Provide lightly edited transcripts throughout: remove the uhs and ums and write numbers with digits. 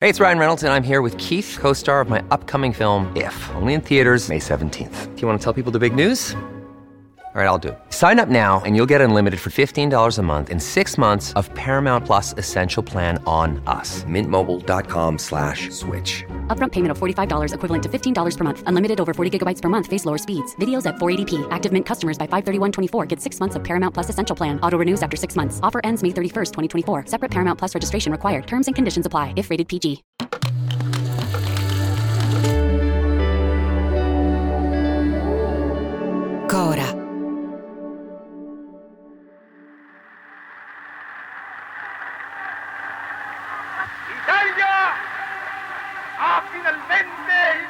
Hey, it's Ryan Reynolds, and I'm here with Keith, co-star of my upcoming film, If, only in theaters May 17th. Do you want to tell people the big news? All right, I'll do it. Sign up now and you'll get unlimited for $15 a month and 6 months of Paramount Plus Essential Plan on us. MintMobile.com/switch. Upfront payment of $45 equivalent to $15 per month. Unlimited over 40 gigabytes per month. Face lower speeds. Videos at 480p. Active Mint customers by 531.24 get 6 months of Paramount Plus Essential Plan. Auto renews after 6 months. Offer ends May 31st, 2024. Separate Paramount Plus registration required. Terms and conditions apply if rated PG. Cora. Italia ha finalmente il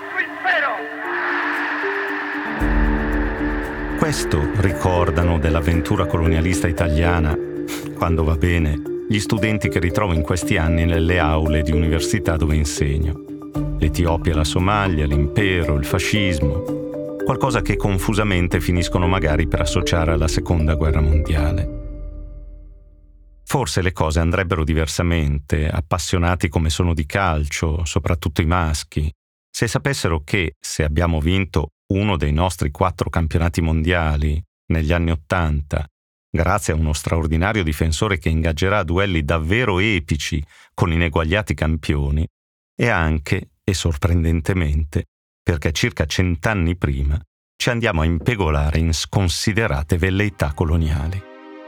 suo impero. Questo ricordano dell'avventura colonialista italiana, quando va bene, gli studenti che ritrovo in questi anni nelle aule di università dove insegno. L'Etiopia, la Somalia, l'impero, il fascismo, qualcosa che confusamente finiscono magari per associare alla Seconda Guerra Mondiale. Forse le cose andrebbero diversamente, appassionati come sono di calcio, soprattutto i maschi, se sapessero che, se abbiamo vinto uno dei nostri 4 campionati mondiali negli anni '80, grazie a uno straordinario difensore che ingaggerà duelli davvero epici con ineguagliati campioni, e anche, e sorprendentemente, perché circa 100 anni prima ci andiamo a impegolare in sconsiderate velleità coloniali.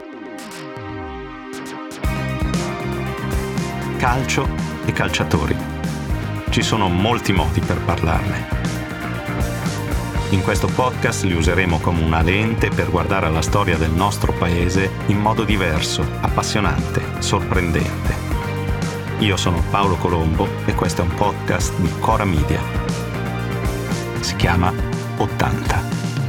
Calcio e calciatori. Ci sono molti modi per parlarne. In questo podcast li useremo come una lente per guardare alla storia del nostro paese in modo diverso, appassionante, sorprendente. Io sono Paolo Colombo e questo è un podcast di Cora Media. Si chiama 80.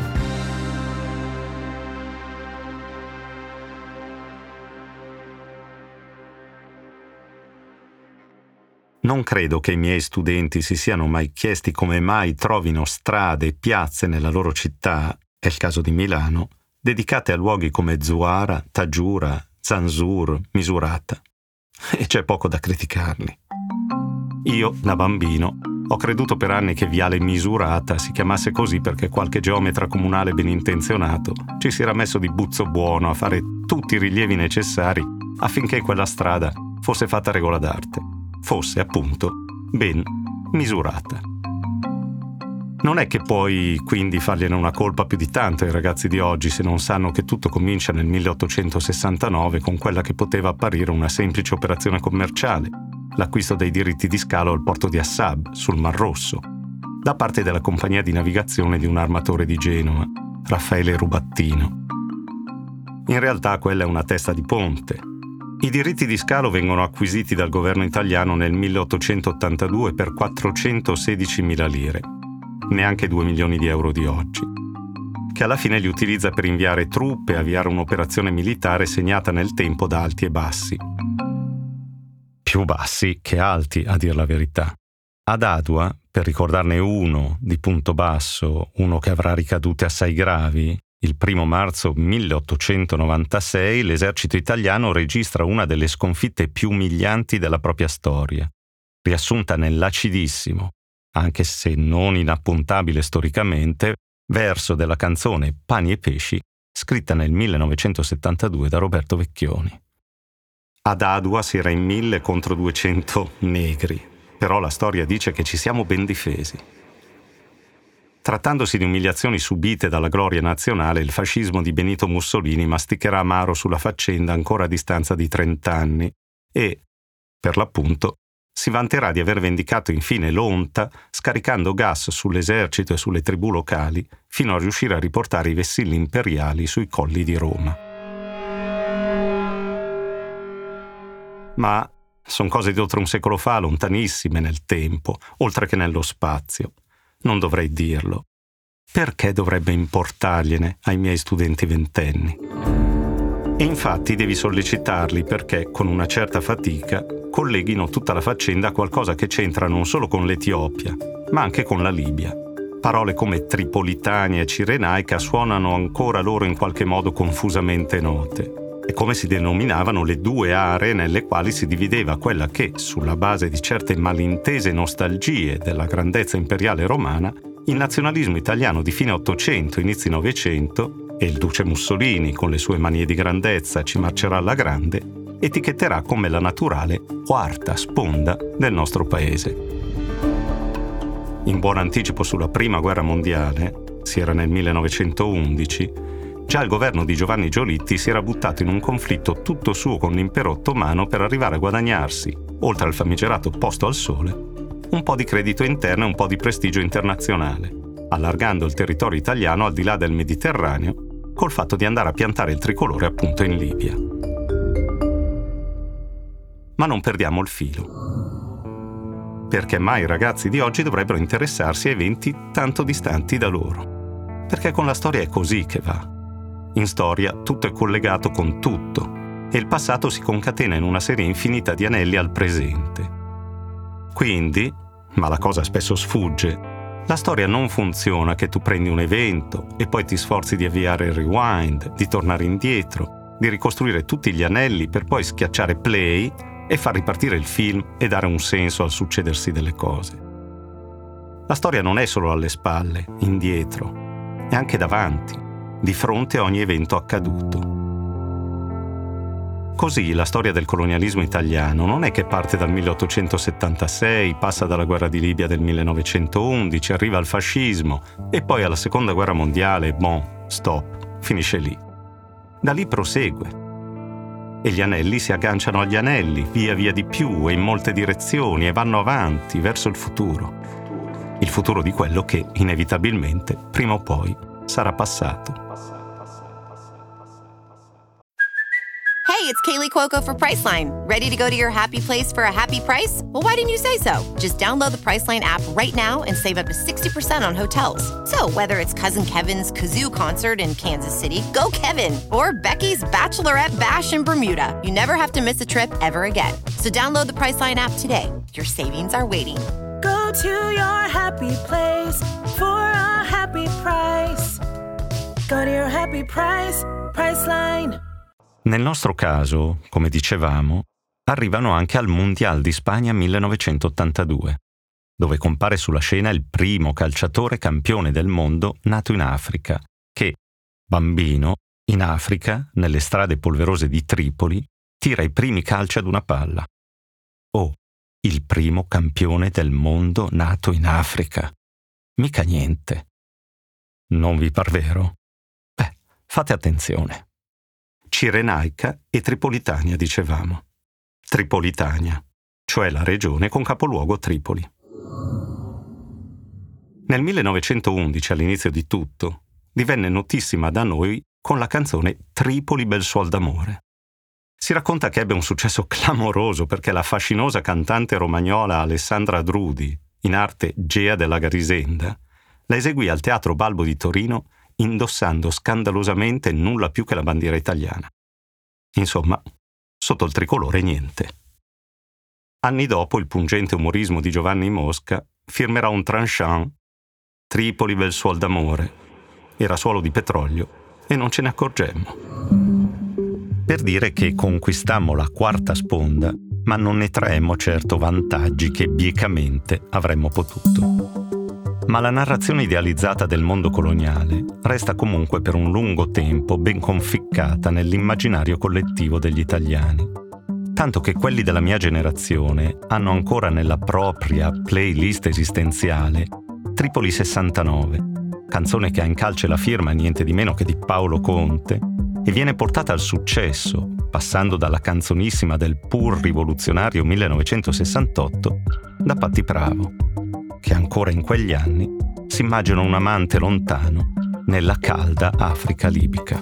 Non credo che i miei studenti si siano mai chiesti come mai trovino strade e piazze nella loro città, è il caso di Milano, dedicate a luoghi come Zuara, Taggiura, Zanzur, Misurata. E c'è poco da criticarli. Io, da bambino, ho creduto per anni che Viale Misurata si chiamasse così perché qualche geometra comunale ben intenzionato ci si era messo di buzzo buono a fare tutti i rilievi necessari affinché quella strada fosse fatta a regola d'arte. Fosse, appunto, ben misurata. Non è che puoi quindi fargliene una colpa più di tanto ai ragazzi di oggi se non sanno che tutto comincia nel 1869 con quella che poteva apparire una semplice operazione commerciale, l'acquisto dei diritti di scalo al porto di Assab, sul Mar Rosso, da parte della compagnia di navigazione di un armatore di Genova, Raffaele Rubattino. In realtà quella è una testa di ponte. I diritti di scalo vengono acquisiti dal governo italiano nel 1882 per 416.000 lire, neanche 2 milioni di euro di oggi, che alla fine li utilizza per inviare truppe e avviare un'operazione militare segnata nel tempo da alti e bassi. Più bassi che alti, a dir la verità. Ad Adua, per ricordarne uno di punto basso, uno che avrà ricadute assai gravi, il 1 marzo 1896 l'esercito italiano registra una delle sconfitte più umilianti della propria storia, riassunta nell'acidissimo, anche se non inappuntabile storicamente, verso della canzone Pani e pesci, scritta nel 1972 da Roberto Vecchioni. Ad Adua si era in 1000 contro 200 negri, però la storia dice che ci siamo ben difesi. Trattandosi di umiliazioni subite dalla gloria nazionale, il fascismo di Benito Mussolini masticherà amaro sulla faccenda ancora a distanza di 30 anni e, per l'appunto, si vanterà di aver vendicato infine l'onta scaricando gas sull'esercito e sulle tribù locali fino a riuscire a riportare i vessilli imperiali sui colli di Roma. Ma sono cose di oltre un secolo fa, lontanissime nel tempo, oltre che nello spazio. Non dovrei dirlo. Perché dovrebbe importargliene ai miei studenti ventenni? E infatti devi sollecitarli perché, con una certa fatica, colleghino tutta la faccenda a qualcosa che c'entra non solo con l'Etiopia, ma anche con la Libia. Parole come Tripolitania e Cirenaica suonano ancora loro in qualche modo confusamente note. e come si denominavano le due aree nelle quali si divideva quella che, sulla base di certe malintese nostalgie della grandezza imperiale romana, il nazionalismo italiano di fine Ottocento, inizi Novecento, e il duce Mussolini, con le sue manie di grandezza, ci marcerà alla grande, etichetterà come la naturale quarta sponda del nostro paese. In buon anticipo sulla Prima Guerra Mondiale, si era nel 1911, già il governo di Giovanni Giolitti si era buttato in un conflitto tutto suo con l'impero ottomano per arrivare a guadagnarsi, oltre al famigerato posto al sole, un po' di credito interno e un po' di prestigio internazionale, allargando il territorio italiano al di là del Mediterraneo col fatto di andare a piantare il tricolore appunto in Libia. Ma non perdiamo il filo. Perché mai i ragazzi di oggi dovrebbero interessarsi a eventi tanto distanti da loro? Perché con la storia è così che va. In storia tutto è collegato con tutto e il passato si concatena in una serie infinita di anelli al presente. Quindi, ma la cosa spesso sfugge, la storia non funziona che tu prendi un evento e poi ti sforzi di avviare il rewind, di tornare indietro, di ricostruire tutti gli anelli per poi schiacciare play e far ripartire il film e dare un senso al succedersi delle cose. La storia non è solo alle spalle, indietro, è anche davanti, di fronte a ogni evento accaduto. Così la storia del colonialismo italiano non è che parte dal 1876, passa dalla guerra di Libia del 1911, arriva al fascismo e poi alla seconda guerra mondiale, stop, finisce lì. Da lì prosegue. E gli anelli si agganciano agli anelli, via via di più e in molte direzioni e vanno avanti verso il futuro. Il futuro di quello che, inevitabilmente, prima o poi, sarà passato. Hey, it's Kaylee Cuoco for Priceline. Ready to go to your happy place for a happy price? Well, why didn't you say so? Just download the Priceline app right now and save up to 60% on hotels. So whether it's Cousin Kevin's Kazoo Concert in Kansas City, go Kevin, or Becky's Bachelorette Bash in Bermuda, you never have to miss a trip ever again. So download the Priceline app today. Your savings are waiting. Go to your happy place for a happy price. Go to your happy price, Priceline. Nel nostro caso, come dicevamo, arrivano anche al Mondial di Spagna 1982, dove compare sulla scena il primo calciatore campione del mondo nato in Africa, che, bambino, in Africa, nelle strade polverose di Tripoli, tira i primi calci ad una palla. Oh, il primo campione del mondo nato in Africa. Mica niente. Non vi par vero? Fate attenzione. Cirenaica e Tripolitania, dicevamo. Tripolitania, cioè la regione con capoluogo Tripoli. Nel 1911, all'inizio di tutto, divenne notissima da noi con la canzone Tripoli bel suol d'amore. Si racconta che ebbe un successo clamoroso perché la fascinosa cantante romagnola Alessandra Drudi, in arte Gea della Garisenda, la eseguì al Teatro Balbo di Torino indossando scandalosamente nulla più che la bandiera italiana. Insomma, sotto il tricolore niente. Anni dopo il pungente umorismo di Giovanni Mosca firmerà un tranchant Tripoli bel suol d'amore. Era suolo di petrolio e non ce ne accorgemmo. Per dire che conquistammo la quarta sponda, ma non ne traemmo certo vantaggi che biecamente avremmo potuto. Ma la narrazione idealizzata del mondo coloniale resta comunque per un lungo tempo ben conficcata nell'immaginario collettivo degli italiani, tanto che quelli della mia generazione hanno ancora nella propria playlist esistenziale Tripoli 69, canzone che ha in calce la firma niente di meno che di Paolo Conte e viene portata al successo, passando dalla canzonissima del pur rivoluzionario 1968 da Patti Bravo, che ancora in quegli anni si immagina un amante lontano nella calda Africa libica.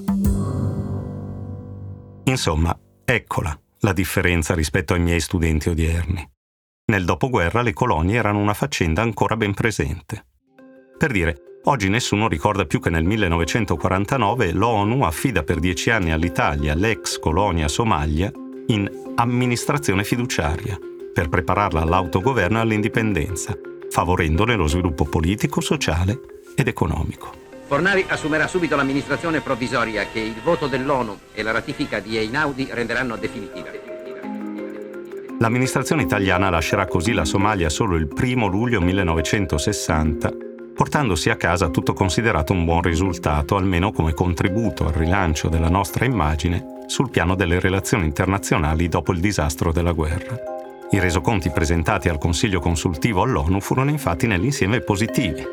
Insomma, eccola la differenza rispetto ai miei studenti odierni. Nel dopoguerra le colonie erano una faccenda ancora ben presente. Per dire, oggi nessuno ricorda più che nel 1949 l'ONU affida per 10 anni all'Italia l'ex colonia Somalia in amministrazione fiduciaria per prepararla all'autogoverno e all'indipendenza, favorendone lo sviluppo politico, sociale ed economico. Fornari assumerà subito l'amministrazione provvisoria che il voto dell'ONU e la ratifica di Einaudi renderanno definitiva. L'amministrazione italiana lascerà così la Somalia solo il 1 luglio 1960, portandosi a casa tutto considerato un buon risultato, almeno come contributo al rilancio della nostra immagine sul piano delle relazioni internazionali dopo il disastro della guerra. I resoconti presentati al Consiglio consultivo all'ONU furono infatti nell'insieme positivi.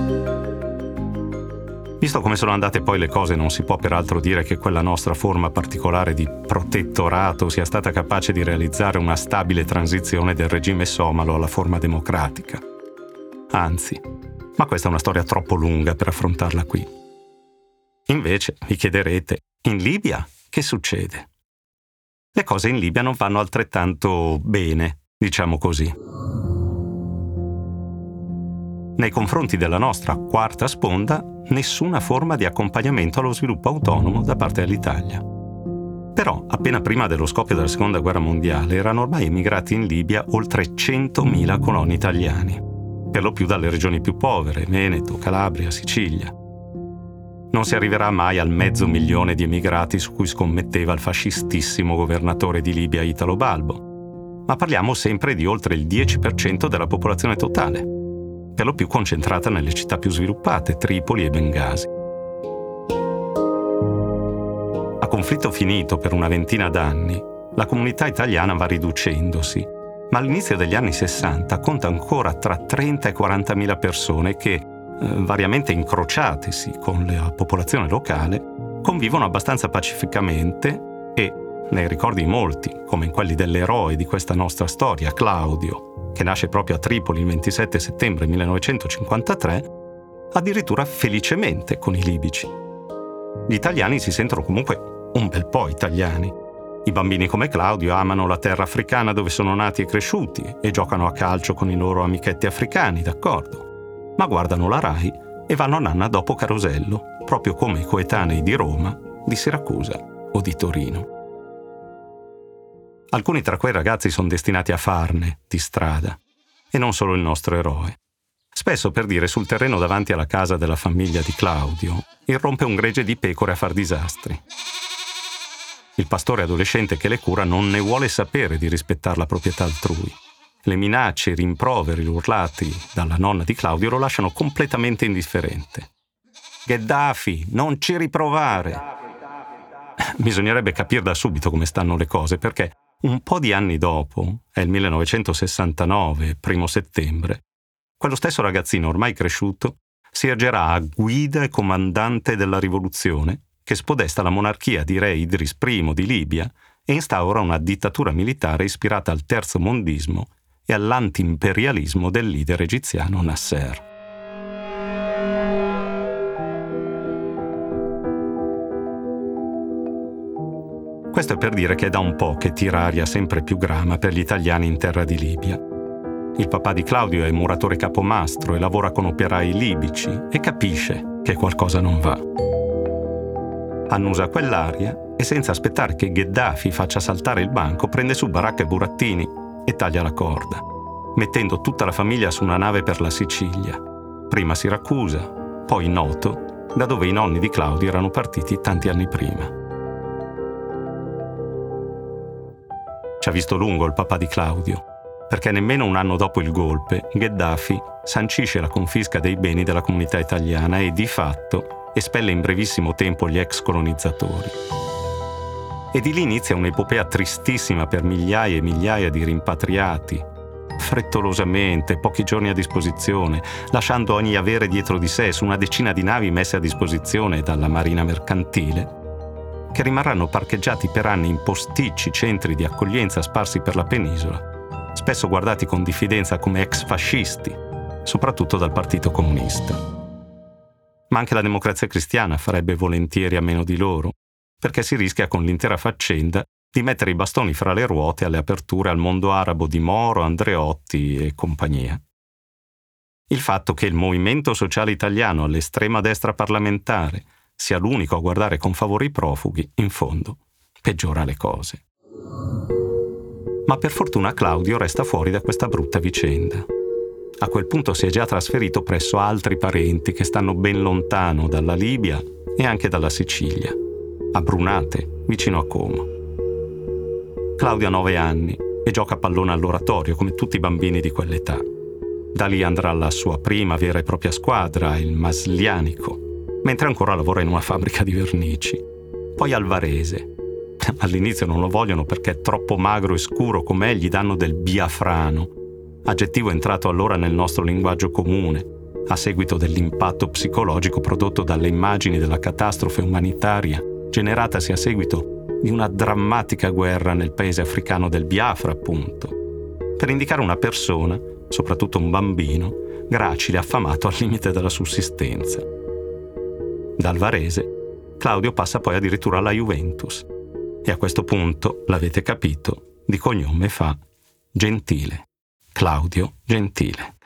Visto come sono andate poi le cose, non si può peraltro dire che quella nostra forma particolare di protettorato sia stata capace di realizzare una stabile transizione del regime somalo alla forma democratica. Anzi, ma questa è una storia troppo lunga per affrontarla qui. Invece, vi chiederete, in Libia che succede? Le cose in Libia non vanno altrettanto bene, diciamo così. Nei confronti della nostra quarta sponda, nessuna forma di accompagnamento allo sviluppo autonomo da parte dell'Italia. Però, appena prima dello scoppio della Seconda Guerra Mondiale, erano ormai emigrati in Libia oltre 100.000 coloni italiani, per lo più dalle regioni più povere, Veneto, Calabria, Sicilia. Non si arriverà mai al 500.000 di emigrati su cui scommetteva il fascistissimo governatore di Libia Italo Balbo, ma parliamo sempre di oltre il 10% della popolazione totale, per lo più concentrata nelle città più sviluppate, Tripoli e Bengasi. A conflitto finito per una ventina d'anni, la comunità italiana va riducendosi, ma all'inizio degli anni 60 conta ancora tra 30 e 40.000 persone che, variamente incrociatesi con la popolazione locale, convivono abbastanza pacificamente e, nei ricordi di molti, come in quelli dell'eroe di questa nostra storia, Claudio, che nasce proprio a Tripoli il 27 settembre 1953, addirittura felicemente con i libici. Gli italiani si sentono comunque un bel po' italiani. I bambini come Claudio amano la terra africana dove sono nati e cresciuti e giocano a calcio con i loro amichetti africani, d'accordo. Ma guardano la Rai e vanno a nanna dopo Carosello, proprio come i coetanei di Roma, di Siracusa o di Torino. Alcuni tra quei ragazzi sono destinati a farne di strada, e non solo il nostro eroe. Spesso, per dire, sul terreno davanti alla casa della famiglia di Claudio, irrompe un gregge di pecore a far disastri. Il pastore adolescente che le cura non ne vuole sapere di rispettare la proprietà altrui. Le minacce, i rimproveri urlati dalla nonna di Claudio lo lasciano completamente indifferente. Gheddafi, non ci riprovare! Bisognerebbe capire da subito come stanno le cose, perché un po' di anni dopo, è il 1969, 1 settembre, quello stesso ragazzino ormai cresciuto si ergerà a guida e comandante della rivoluzione che spodesta la monarchia di re Idris I di Libia e instaura una dittatura militare ispirata al terzo mondismo e all'anti-imperialismo del leader egiziano Nasser. Questo è per dire che è da un po' che tira aria sempre più grama per gli italiani in terra di Libia. Il papà di Claudio è muratore capomastro e lavora con operai libici e capisce che qualcosa non va. Annusa quell'aria e, senza aspettare che Gheddafi faccia saltare il banco, prende su baracca e burattini e taglia la corda, mettendo tutta la famiglia su una nave per la Sicilia, prima Siracusa, poi Noto, da dove i nonni di Claudio erano partiti tanti anni prima. Ci ha visto lungo il papà di Claudio, perché nemmeno un anno dopo il golpe, Gheddafi sancisce la confisca dei beni della comunità italiana e, di fatto, espelle in brevissimo tempo gli ex colonizzatori. E di lì inizia un'epopea tristissima per migliaia e migliaia di rimpatriati, frettolosamente, pochi giorni a disposizione, lasciando ogni avere dietro di sé su una decina di navi messe a disposizione dalla marina mercantile, che rimarranno parcheggiati per anni in posticci centri di accoglienza sparsi per la penisola, spesso guardati con diffidenza come ex fascisti, soprattutto dal Partito Comunista. Ma anche la Democrazia Cristiana farebbe volentieri a meno di loro, perché si rischia con l'intera faccenda di mettere i bastoni fra le ruote alle aperture al mondo arabo di Moro, Andreotti e compagnia. Il fatto che il movimento sociale italiano all'estrema destra parlamentare sia l'unico a guardare con favore i profughi, in fondo, peggiora le cose. Ma per fortuna Claudio resta fuori da questa brutta vicenda. A quel punto si è già trasferito presso altri parenti che stanno ben lontano dalla Libia e anche dalla Sicilia, a Brunate, vicino a Como. Claudio ha 9 anni e gioca a pallone all'oratorio come tutti i bambini di quell'età. Da lì andrà alla sua prima vera e propria squadra, il Maslianico, mentre ancora lavora in una fabbrica di vernici. Poi al Varese. All'inizio non lo vogliono perché è troppo magro e scuro com'è, gli danno del biafrano, aggettivo entrato allora nel nostro linguaggio comune, a seguito dell'impatto psicologico prodotto dalle immagini della catastrofe umanitaria generatasi a seguito di una drammatica guerra nel paese africano del Biafra, appunto, per indicare una persona, soprattutto un bambino, gracile, affamato al limite della sussistenza. Dal Varese, Claudio passa poi addirittura alla Juventus e a questo punto, l'avete capito, di cognome fa Gentile. Claudio Gentile.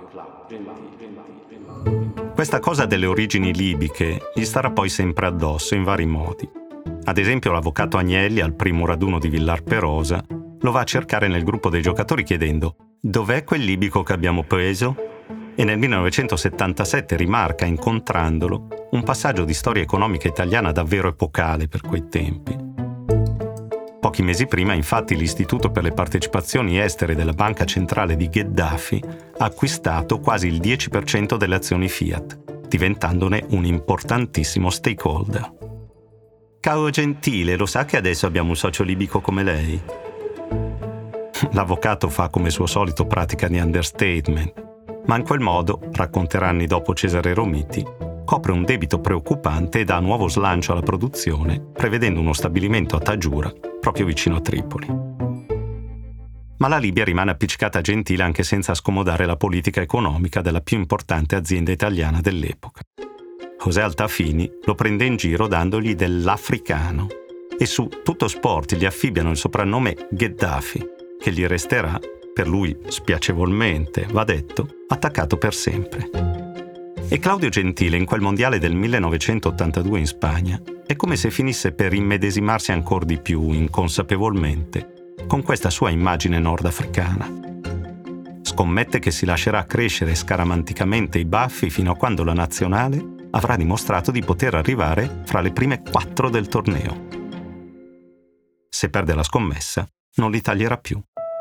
Questa cosa delle origini libiche gli starà poi sempre addosso in vari modi. Ad esempio l'avvocato Agnelli al primo raduno di Villar Perosa lo va a cercare nel gruppo dei giocatori chiedendo «Dov'è quel libico che abbiamo preso?» E nel 1977 rimarca, incontrandolo, un passaggio di storia economica italiana davvero epocale per quei tempi. Pochi mesi prima, infatti, l'Istituto per le partecipazioni estere della Banca Centrale di Gheddafi ha acquistato quasi il 10% delle azioni Fiat, diventandone un importantissimo stakeholder. Caro Gentile, lo sa che adesso abbiamo un socio libico come lei? L'avvocato fa come suo solito pratica di understatement, ma in quel modo, racconterà anni dopo Cesare Romiti, copre un debito preoccupante e dà nuovo slancio alla produzione, prevedendo uno stabilimento a Taggiura, proprio vicino a Tripoli. Ma la Libia rimane appiccicata a Gentile anche senza scomodare la politica economica della più importante azienda italiana dell'epoca. José Altafini lo prende in giro dandogli dell'africano e su Tutto Sport gli affibbiano il soprannome Gheddafi, che gli resterà, per lui spiacevolmente, va detto, attaccato per sempre. E Claudio Gentile in quel mondiale del 1982 in Spagna è come se finisse per immedesimarsi ancor di più, inconsapevolmente, con questa sua immagine nordafricana. Scommette che si lascerà crescere scaramanticamente i baffi fino a quando la nazionale avrà dimostrato di poter arrivare fra le prime 4 del torneo. Se perde la scommessa, non li taglierà più.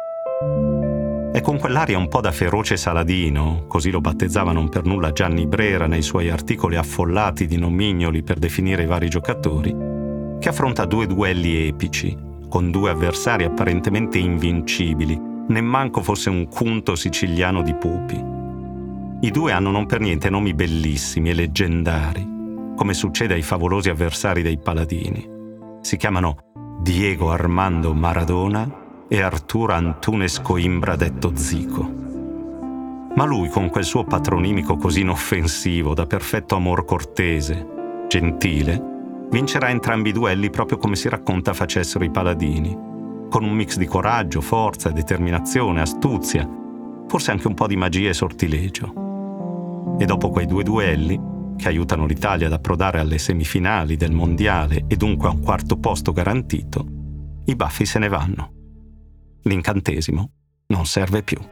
E con quell'aria un po' da feroce Saladino, così lo battezzava non per nulla Gianni Brera nei suoi articoli affollati di nomignoli per definire i vari giocatori, che affronta 2 duelli epici, con 2 avversari apparentemente invincibili, nemmanco fosse un cunto siciliano di pupi. I 2 hanno non per niente nomi bellissimi e leggendari, come succede ai favolosi avversari dei paladini. Si chiamano Diego Armando Maradona e Arturo Antunes Coimbra detto Zico. Ma lui, con quel suo patronimico così inoffensivo, da perfetto amor cortese, Gentile, vincerà entrambi i duelli proprio come si racconta facessero i paladini, con un mix di coraggio, forza, determinazione, astuzia, forse anche un po' di magia e sortilegio. E dopo quei 2 duelli, che aiutano l'Italia ad approdare alle semifinali del mondiale e dunque a un 4º posto garantito, i baffi se ne vanno. L'incantesimo non serve più.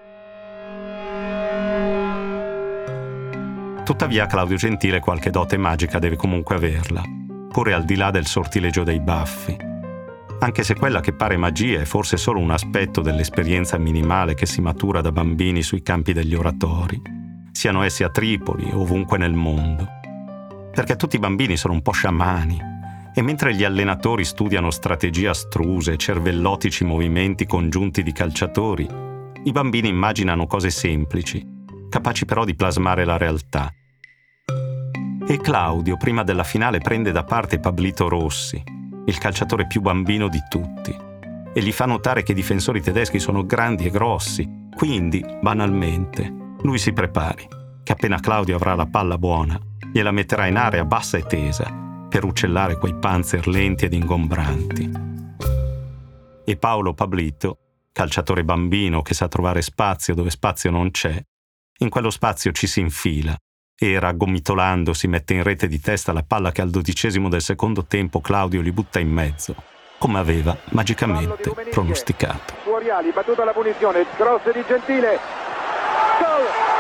Tuttavia Claudio Gentile qualche dote magica deve comunque averla, pure al di là del sortilegio dei baffi. Anche se quella che pare magia è forse solo un aspetto dell'esperienza minimale che si matura da bambini sui campi degli oratori, siano essi a Tripoli o ovunque nel mondo. Perché tutti i bambini sono un po' sciamani, e mentre gli allenatori studiano strategie astruse e cervellotici movimenti congiunti di calciatori, i bambini immaginano cose semplici, capaci però di plasmare la realtà. E Claudio, prima della finale, prende da parte Pablito Rossi, il calciatore più bambino di tutti, e gli fa notare che i difensori tedeschi sono grandi e grossi, quindi, banalmente, lui si prepari, che appena Claudio avrà la palla buona, gliela metterà in area bassa e tesa, per uccellare quei panzer lenti ed ingombranti. E Paolo Pablito, calciatore bambino che sa trovare spazio dove spazio non c'è, in quello spazio ci si infila e, raggomitolando, si mette in rete di testa la palla che al 12° del secondo tempo Claudio gli butta in mezzo, come aveva magicamente pronosticato. Fuoriali, battuta la punizione, cross di Gentile, gol!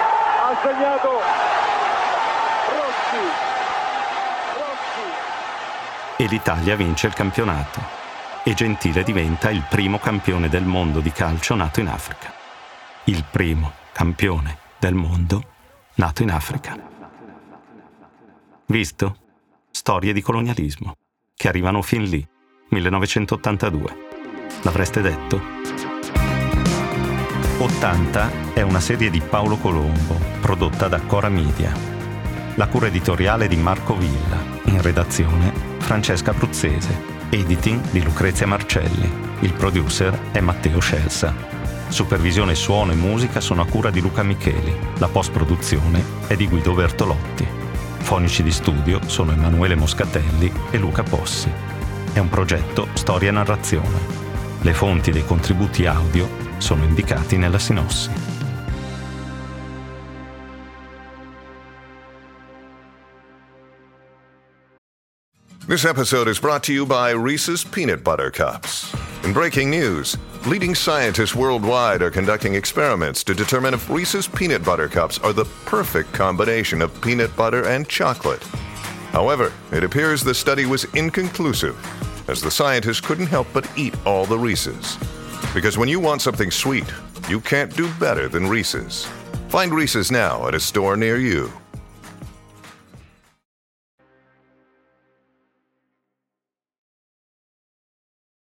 ha segnato Rossi. E l'Italia vince il campionato. E Gentile diventa il primo campione del mondo di calcio nato in Africa. Il primo campione del mondo nato in Africa. Visto? Storie di colonialismo, che arrivano fin lì, 1982. L'avreste detto? 80 è una serie di Paolo Colombo, prodotta da Cora Media. La cura editoriale di Marco Villa, in redazione Francesca Bruzzese, editing di Lucrezia Marcelli, il producer è Matteo Scelsa. Supervisione suono e musica sono a cura di Luca Micheli, la post-produzione è di Guido Bertolotti. Fonici di studio sono Emanuele Moscatelli e Luca Possi. È un progetto Storia e Narrazione. Le fonti dei contributi audio sono indicati nella sinossi. This episode is brought to you by Reese's Peanut Butter Cups. In breaking news, leading scientists worldwide are conducting experiments to determine if Reese's Peanut Butter Cups are the perfect combination of peanut butter and chocolate. However, it appears the study was inconclusive, as the scientists couldn't help but eat all the Reese's. Because when you want something sweet, you can't do better than Reese's. Find Reese's now at a store near you.